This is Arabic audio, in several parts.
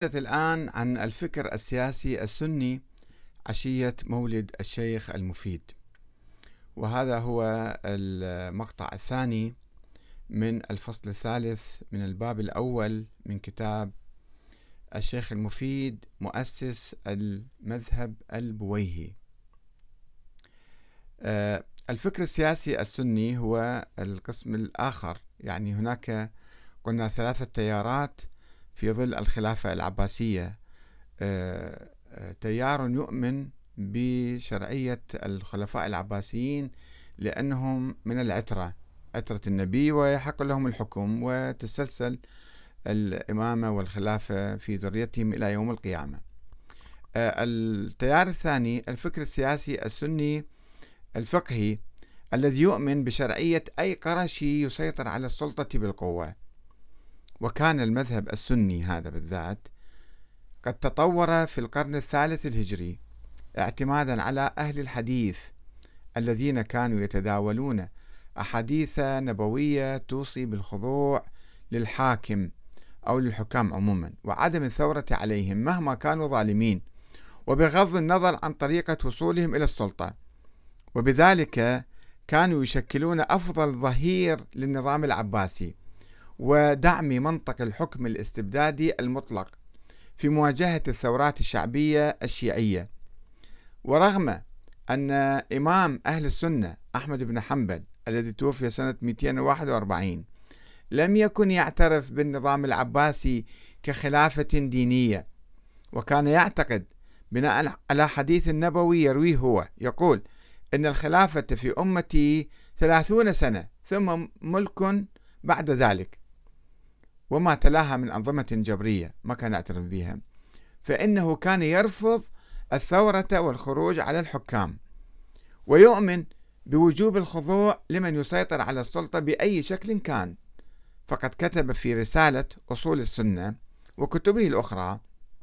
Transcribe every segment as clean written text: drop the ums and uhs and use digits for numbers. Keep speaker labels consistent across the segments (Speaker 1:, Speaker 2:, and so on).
Speaker 1: الآن عن الفكر السياسي السني عشية مولد الشيخ المفيد، وهذا هو المقطع الثاني من الفصل الثالث من الباب الأول من كتاب الشيخ المفيد مؤسس المذهب البويهي. الفكر السياسي السني هو القسم الآخر، يعني هناك قلنا ثلاثة تيارات في ظل الخلافة العباسية. تيار يؤمن بشرعية الخلفاء العباسيين لأنهم من عترة النبي ويحق لهم الحكم وتسلسل الإمامة والخلافة في ذريتهم إلى يوم القيامة. التيار الثاني الفكر السياسي السني الفقهي الذي يؤمن بشرعية أي قرشي يسيطر على السلطة بالقوة. وكان المذهب السني هذا بالذات قد تطور في القرن الثالث الهجري اعتمادا على أهل الحديث الذين كانوا يتداولون أحاديث نبوية توصي بالخضوع للحاكم أو للحكام عموما وعدم الثورة عليهم مهما كانوا ظالمين، وبغض النظر عن طريقة وصولهم إلى السلطة. وبذلك كانوا يشكلون أفضل ظهير للنظام العباسي ودعم منطق الحكم الاستبدادي المطلق في مواجهة الثورات الشعبية الشيعية. ورغم أن إمام أهل السنة أحمد بن حنبل الذي توفي سنة 241 لم يكن يعترف بالنظام العباسي كخلافة دينية، وكان يعتقد بناء على حديث النبوي يرويه هو يقول إن الخلافة في أمتي 30 سنة ثم ملك بعد ذلك، وما تلاها من أنظمة جبرية ما كان يعترف بها. فإنه كان يرفض الثورة والخروج على الحكام، ويؤمن بوجوب الخضوع لمن يسيطر على السلطة بأي شكل كان. فقد كتب في رسالة أصول السنة وكتبه الأخرى: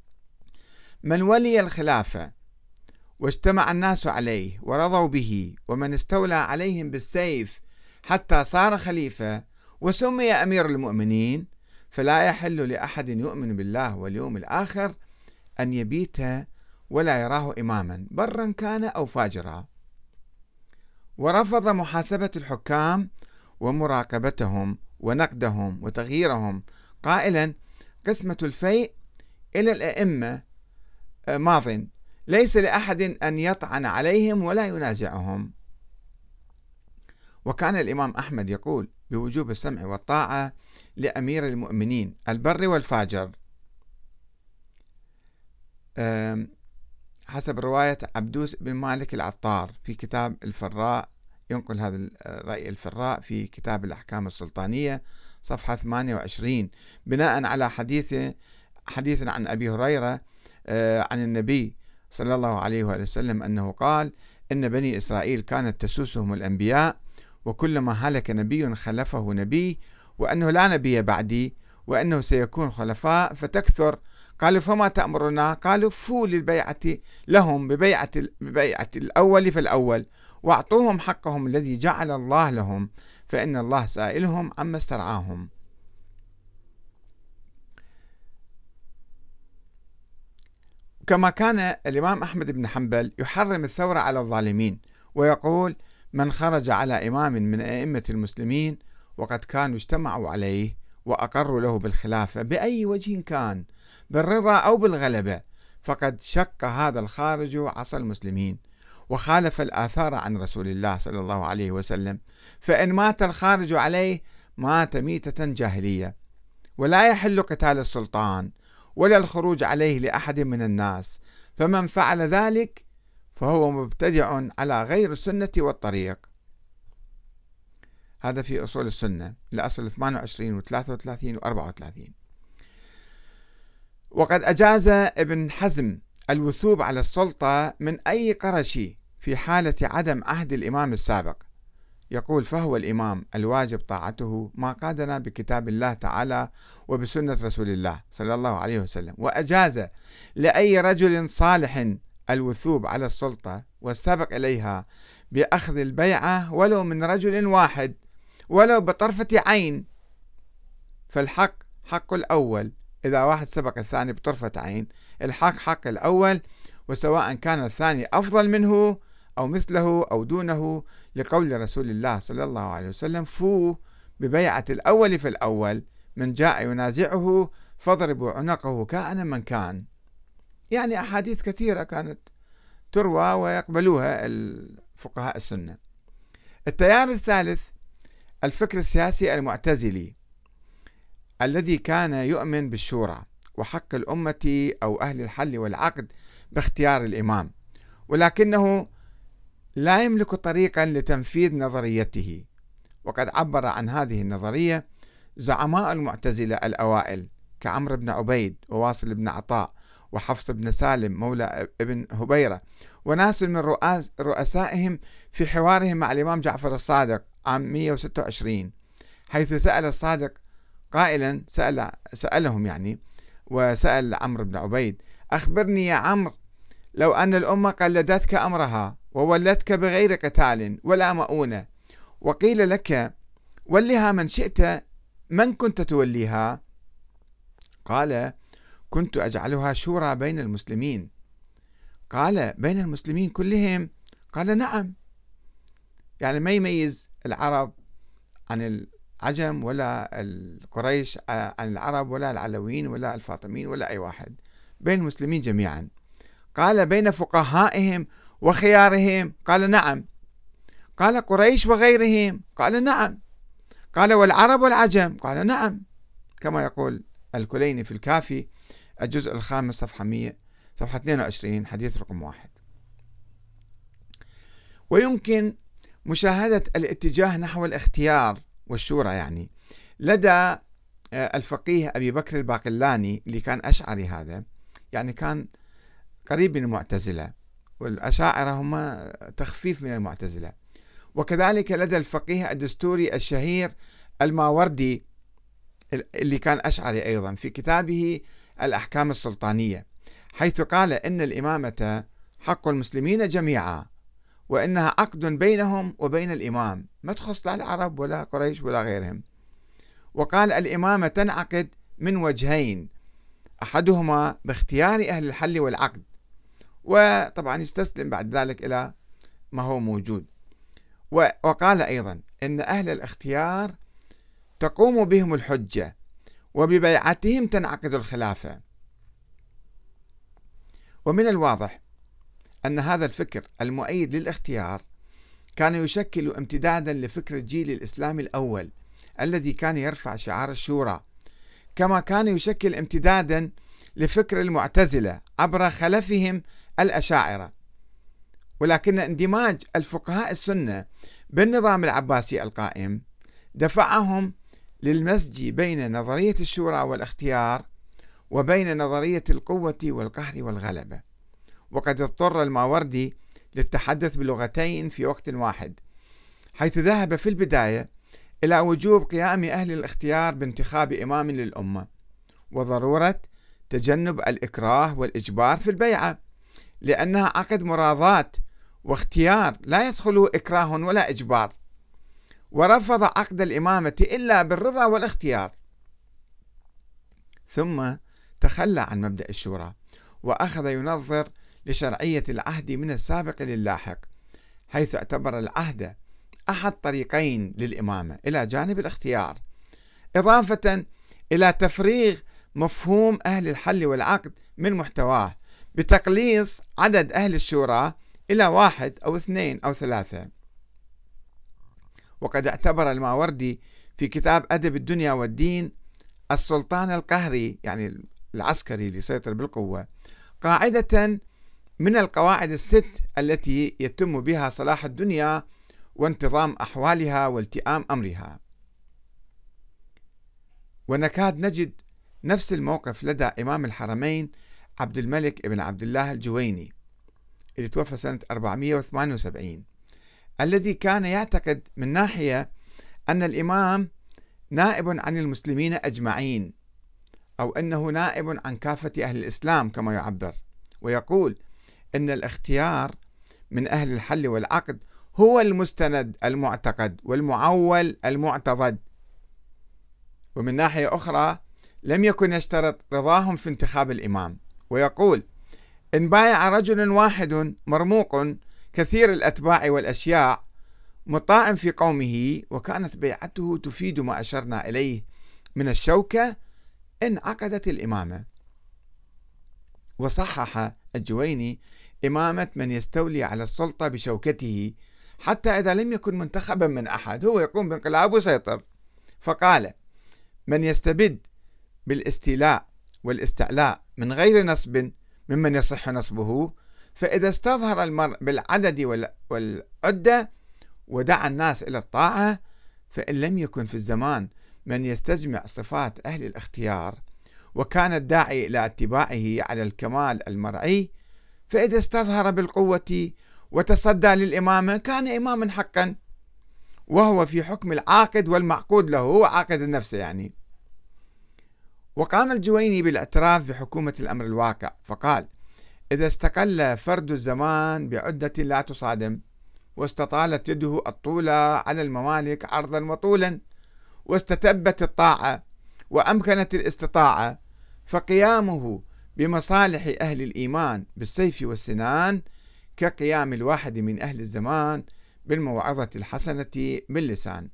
Speaker 1: من ولي الخلافة واجتمع الناس عليه ورضوا به، ومن استولى عليهم بالسيف حتى صار خليفة وسمي أمير المؤمنين، فلا يحل لأحد يؤمن بالله واليوم الآخر أن يبيت ولا يراه إماما برا كان أو فاجرا. ورفض محاسبة الحكام ومراقبتهم ونقدهم وتغييرهم، قائلا: قسمة الفيء إلى الأئمة ماضٍ، ليس لأحد أن يطعن عليهم ولا ينازعهم. وكان الإمام أحمد يقول بوجوب السمع والطاعة لأمير المؤمنين البر والفاجر، حسب رواية عبدوس بن مالك العطار في كتاب الفراء. ينقل هذا الرأي الفراء في كتاب الأحكام السلطانية صفحة 28 بناء على حديث عن أبي هريرة عن النبي صلى الله عليه وسلم أنه قال: إن بني إسرائيل كانت تسوسهم الأنبياء، وكلما هلك نبي خلفه نبي، وأنه لا نبي بعدي، وأنه سيكون خلفاء فتكثر. قالوا: فما تأمرنا؟ قالوا: فوا للبيعة لهم ببيعة الأول فالأول، واعطوهم حقهم الذي جعل الله لهم، فإن الله سائلهم عما استرعاهم. كما كان الإمام أحمد بن حنبل يحرم الثورة على الظالمين، ويقول: من خرج على إمام من أئمة المسلمين وقد كانوا اجتمعوا عليه وأقروا له بالخلافة بأي وجه كان، بالرضا أو بالغلبة، فقد شق هذا الخارج عصا المسلمين وخالف الآثار عن رسول الله صلى الله عليه وسلم، فإن مات الخارج عليه مات ميتة جاهلية، ولا يحل قتال السلطان ولا الخروج عليه لأحد من الناس، فمن فعل ذلك فهو مبتدع على غير السنة والطريق. هذا في أصول السنة لأصل 28 و33 و34. وقد أجاز ابن حزم الوثوب على السلطة من أي قرشي في حالة عدم عهد الإمام السابق. يقول: فهو الإمام الواجب طاعته ما قادنا بكتاب الله تعالى وبسنة رسول الله صلى الله عليه وسلم. وأجاز لأي رجل صالح الوثوب على السلطة والسبق إليها بأخذ البيعة ولو من رجل واحد ولو بطرفة عين، فالحق حق الأول إذا واحد سبق الثاني بطرفة عين الحق حق الأول، وسواء كان الثاني أفضل منه أو مثله أو دونه، لقول رسول الله صلى الله عليه وسلم: فو ببيعة الأول في الأول، من جاء ينازعه فاضربوا عنقه كائنا من كان. يعني أحاديث كثيرة كانت تروى ويقبلوها الفقهاء السنة. التيار الثالث الفكر السياسي المعتزلي، الذي كان يؤمن بالشورى وحق الأمة أو أهل الحل والعقد باختيار الإمام، ولكنه لا يملك طريقا لتنفيذ نظريته. وقد عبر عن هذه النظرية زعماء المعتزلة الأوائل كعمرو بن عبيد وواصل بن عطاء وحفص بن سالم مولى ابن هبيرة وناس من رؤسائهم في حوارهم مع الإمام جعفر الصادق عام 126، حيث سأل الصادق قائلا، سألهم يعني، وسأل عمرو بن عبيد: أخبرني يا عمرو، لو أن الأمة قلدتك أمرها وولتك بغير قتال ولا مؤونة، وقيل لك ولها من شئت، من كنت توليها؟ قال: كنت أجعلها شورى بين المسلمين. قال: بين المسلمين كلهم؟ قال: نعم. يعني ما يميز العرب عن العجم ولا القريش عن العرب ولا العلويين ولا الفاطميين ولا أي واحد، بين المسلمين جميعا. قال: بين فقهائهم وخيارهم؟ قال: نعم. قال: قريش وغيرهم؟ قال: نعم. قال: والعرب والعجم؟ قال: نعم، كما يقول الكليني في الكافي الجزء الخامس صفحة 22 حديث رقم 1. ويمكن مشاهدة الاتجاه نحو الاختيار والشورى يعني لدى الفقيه أبي بكر الباقلاني، اللي كان أشعري، هذا يعني كان قريب من المعتزلة، والأشاعرة هم تخفيف من المعتزلة. وكذلك لدى الفقيه الدستوري الشهير الماوردي، اللي كان أشعري أيضا، في كتابه الأحكام السلطانية، حيث قال إن الإمامة حق المسلمين جميعا، وإنها عقد بينهم وبين الإمام، ما تخص لا العرب ولا قريش ولا غيرهم. وقال: الإمامة تنعقد من وجهين، أحدهما باختيار أهل الحل والعقد، وطبعا يستسلم بعد ذلك إلى ما هو موجود. وقال أيضا إن أهل الاختيار تقوم بهم الحجة، وببيعتهم تنعقد الخلافة. ومن الواضح أن هذا الفكر المؤيد للاختيار كان يشكل امتدادا لفكر الجيل الإسلامي الأول الذي كان يرفع شعار الشورى، كما كان يشكل امتدادا لفكر المعتزلة عبر خلفهم الأشاعرة. ولكن اندماج الفقهاء السنة بالنظام العباسي القائم دفعهم للمزج بين نظرية الشورى والاختيار وبين نظرية القوة والقهر والغلبة. وقد اضطر الماوردي للتحدث بلغتين في وقت واحد، حيث ذهب في البداية إلى وجوب قيام أهل الاختيار بانتخاب إمام للأمة، وضرورة تجنب الإكراه والإجبار في البيعة، لأنها عقد مراضاة واختيار لا يدخله إكراه ولا إجبار، ورفض عقد الإمامة إلا بالرضا والاختيار. ثم تخلى عن مبدأ الشورى، وأخذ ينظر لشرعية العهد من السابق للاحق، حيث اعتبر العهد أحد طريقين للإمامة إلى جانب الاختيار، إضافة إلى تفريغ مفهوم أهل الحل والعقد من محتواه بتقليص عدد أهل الشورى إلى 1 أو 2 أو 3. وقد اعتبر الماوردي في كتاب أدب الدنيا والدين السلطان القهري، يعني العسكري اللي يسيطر بالقوة، قاعدة من القواعد ال6 التي يتم بها صلاح الدنيا وانتظام أحوالها والتئام أمرها. ونكاد نجد نفس الموقف لدى إمام الحرمين عبد الملك بن عبد الله الجويني، اللي توفى سنة 478، الذي كان يعتقد من ناحية أن الإمام نائب عن المسلمين أجمعين، أو أنه نائب عن كافة أهل الإسلام كما يعبر، ويقول أن الاختيار من أهل الحل والعقد هو المستند المعتقد والمعول المعتضد. ومن ناحية أخرى لم يكن يشترط رضاهم في انتخاب الإمام، ويقول: إن بايع رجل واحد مرموق كثير الأتباع والأشياع مطاع في قومه، وكانت بيعته تفيد ما أشرنا إليه من الشوكة، انعقدت الإمامة. وصحح الجويني إمامة من يستولي على السلطة بشوكته حتى إذا لم يكن منتخبا من أحد، هو يقوم بانقلاب ويسيطر. فقال: من يستبد بالاستيلاء والاستعلاء من غير نصب ممن يصح نصبه، فإذا استظهر المرء بالعدد والعدة ودعا الناس إلى الطاعة، فإن لم يكن في الزمان من يستجمع صفات أهل الاختيار وكان الداعي إلى اتباعه على الكمال المرعي، فإذا استظهر بالقوة وتصدى للإمامة كان إماما حقا، وهو في حكم العاقد والمعقود له، هو عاقد النفس يعني. وقام الجويني بالاعتراف بحكومة الأمر الواقع، فقال: إذا استقل فرد الزمان بعدة لا تصادم، واستطالت يده الطول على الممالك عرضا وطولا، واستتبت الطاعة وأمكنت الاستطاعة، فقيامه بمصالح أهل الإيمان بالسيف والسنان كقيام الواحد من أهل الزمان بالموعظة الحسنة باللسان.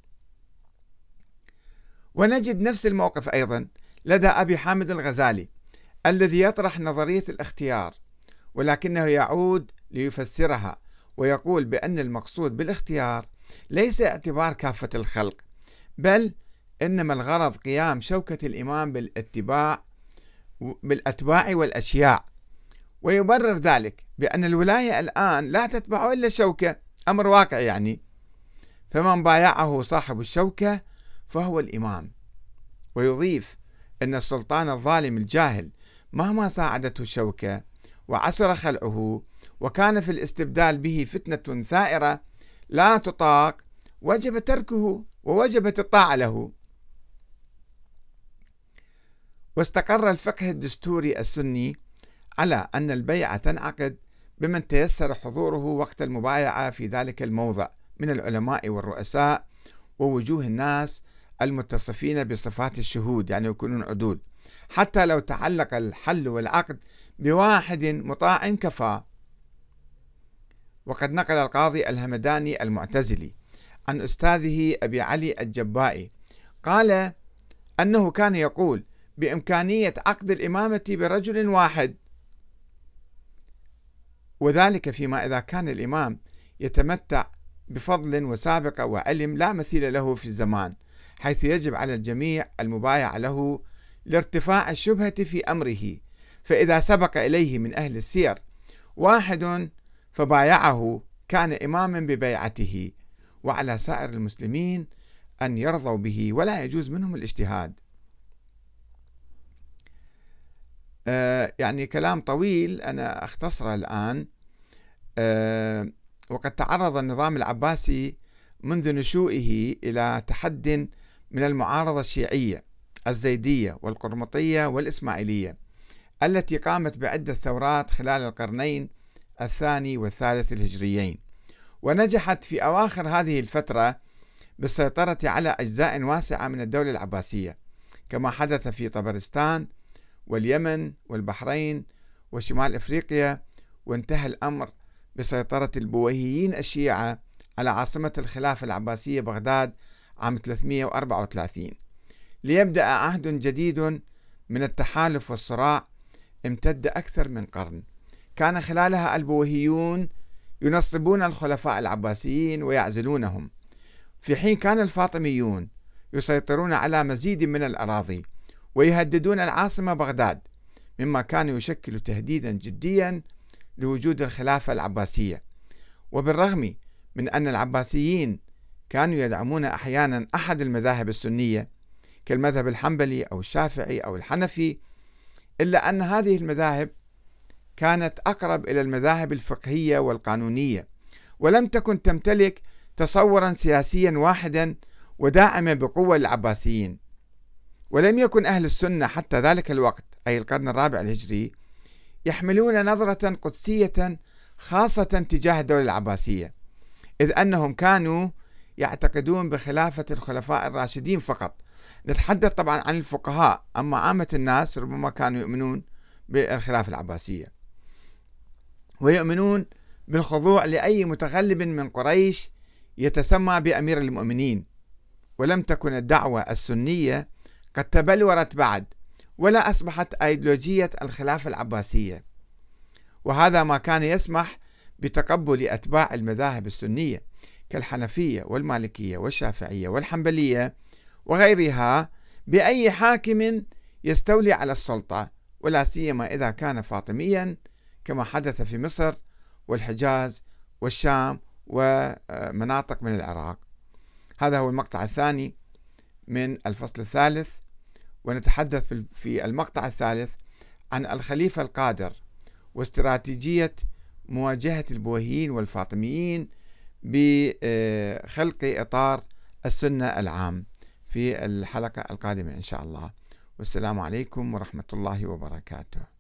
Speaker 1: ونجد نفس الموقف أيضا لدى أبي حامد الغزالي الذي يطرح نظرية الاختيار، ولكنه يعود ليفسرها ويقول بأن المقصود بالاختيار ليس اعتبار كافة الخلق، بل إنما الغرض قيام شوكة الإمام بالأتباع والأشياع، ويبرر ذلك بأن الولاية الآن لا تتبع إلا الشوكة، أمر واقع يعني، فمن بايعه صاحب الشوكة فهو الإمام. ويضيف أن السلطان الظالم الجاهل مهما ساعدته الشوكة وعسر خلعه وكان في الاستبدال به فتنة ثائرة لا تطاق، وجب تركه ووجبت الطاعة له. واستقر الفقه الدستوري السني على أن البيعة تنعقد بمن تيسر حضوره وقت المبايعة في ذلك الموضع من العلماء والرؤساء ووجوه الناس المتصفين بصفات الشهود، يعني يكونون عدول، حتى لو تعلق الحل والعقد بواحد مطاع كفى. وقد نقل القاضي الهمداني المعتزلي عن أستاذه أبي علي الجبائي قال أنه كان يقول بإمكانية عقد الإمامة برجل واحد، وذلك فيما إذا كان الإمام يتمتع بفضل وسابقة وعلم لا مثيل له في الزمان، حيث يجب على الجميع المبايعة له لارتفاع الشبهة في أمره، فإذا سبق إليه من أهل السير واحد فبايعه كان إماما ببيعته، وعلى سائر المسلمين أن يرضوا به ولا يجوز منهم الاجتهاد. يعني كلام طويل أنا أختصره الآن. وقد تعرض النظام العباسي منذ نشوئه إلى تحد من المعارضة الشيعية الزيدية والقرمطية والإسماعيلية التي قامت بعدة ثورات خلال القرنين الثاني والثالث الهجريين، ونجحت في أواخر هذه الفترة بالسيطرة على أجزاء واسعة من الدولة العباسية، كما حدث في طبرستان واليمن والبحرين وشمال إفريقيا، وانتهى الأمر بسيطرة البويهيين الشيعة على عاصمة الخلافة العباسية بغداد عام 334، ليبدأ عهد جديد من التحالف والصراع امتد أكثر من قرن، كان خلالها البويهيون ينصبون الخلفاء العباسيين ويعزلونهم، في حين كان الفاطميون يسيطرون على مزيد من الأراضي ويهددون العاصمة بغداد، مما كان يشكل تهديدا جديا لوجود الخلافة العباسية. وبالرغم من أن العباسيين كانوا يدعمون أحيانا أحد المذاهب السنية كالمذهب الحنبلي أو الشافعي أو الحنفي، إلا أن هذه المذاهب كانت أقرب إلى المذاهب الفقهية والقانونية، ولم تكن تمتلك تصورا سياسيا واحدا وداعما بقوة للعباسيين. ولم يكن أهل السنة حتى ذلك الوقت أي القرن الرابع الهجري يحملون نظرة قدسية خاصة تجاه الدولة العباسية، إذ أنهم كانوا يعتقدون بخلافة الخلفاء الراشدين فقط، نتحدث طبعا عن الفقهاء، أما عامة الناس ربما كانوا يؤمنون بالخلافة العباسية، ويؤمنون بالخضوع لأي متغلب من قريش يتسمى بأمير المؤمنين. ولم تكن الدعوة السنية قد تبلورت بعد، ولا أصبحت أيديولوجية الخلافة العباسية، وهذا ما كان يسمح بتقبل أتباع المذاهب السنية كالحنفية والمالكية والشافعية والحنبلية وغيرها بأي حاكم يستولي على السلطة، ولا سيما إذا كان فاطميا كما حدث في مصر والحجاز والشام ومناطق من العراق. هذا هو المقطع الثاني من الفصل الثالث، ونتحدث في المقطع الثالث عن الخليفة القادر واستراتيجية مواجهة البويهيين والفاطميين بخلق إطار السنة العام في الحلقة القادمة إن شاء الله. والسلام عليكم ورحمة الله وبركاته.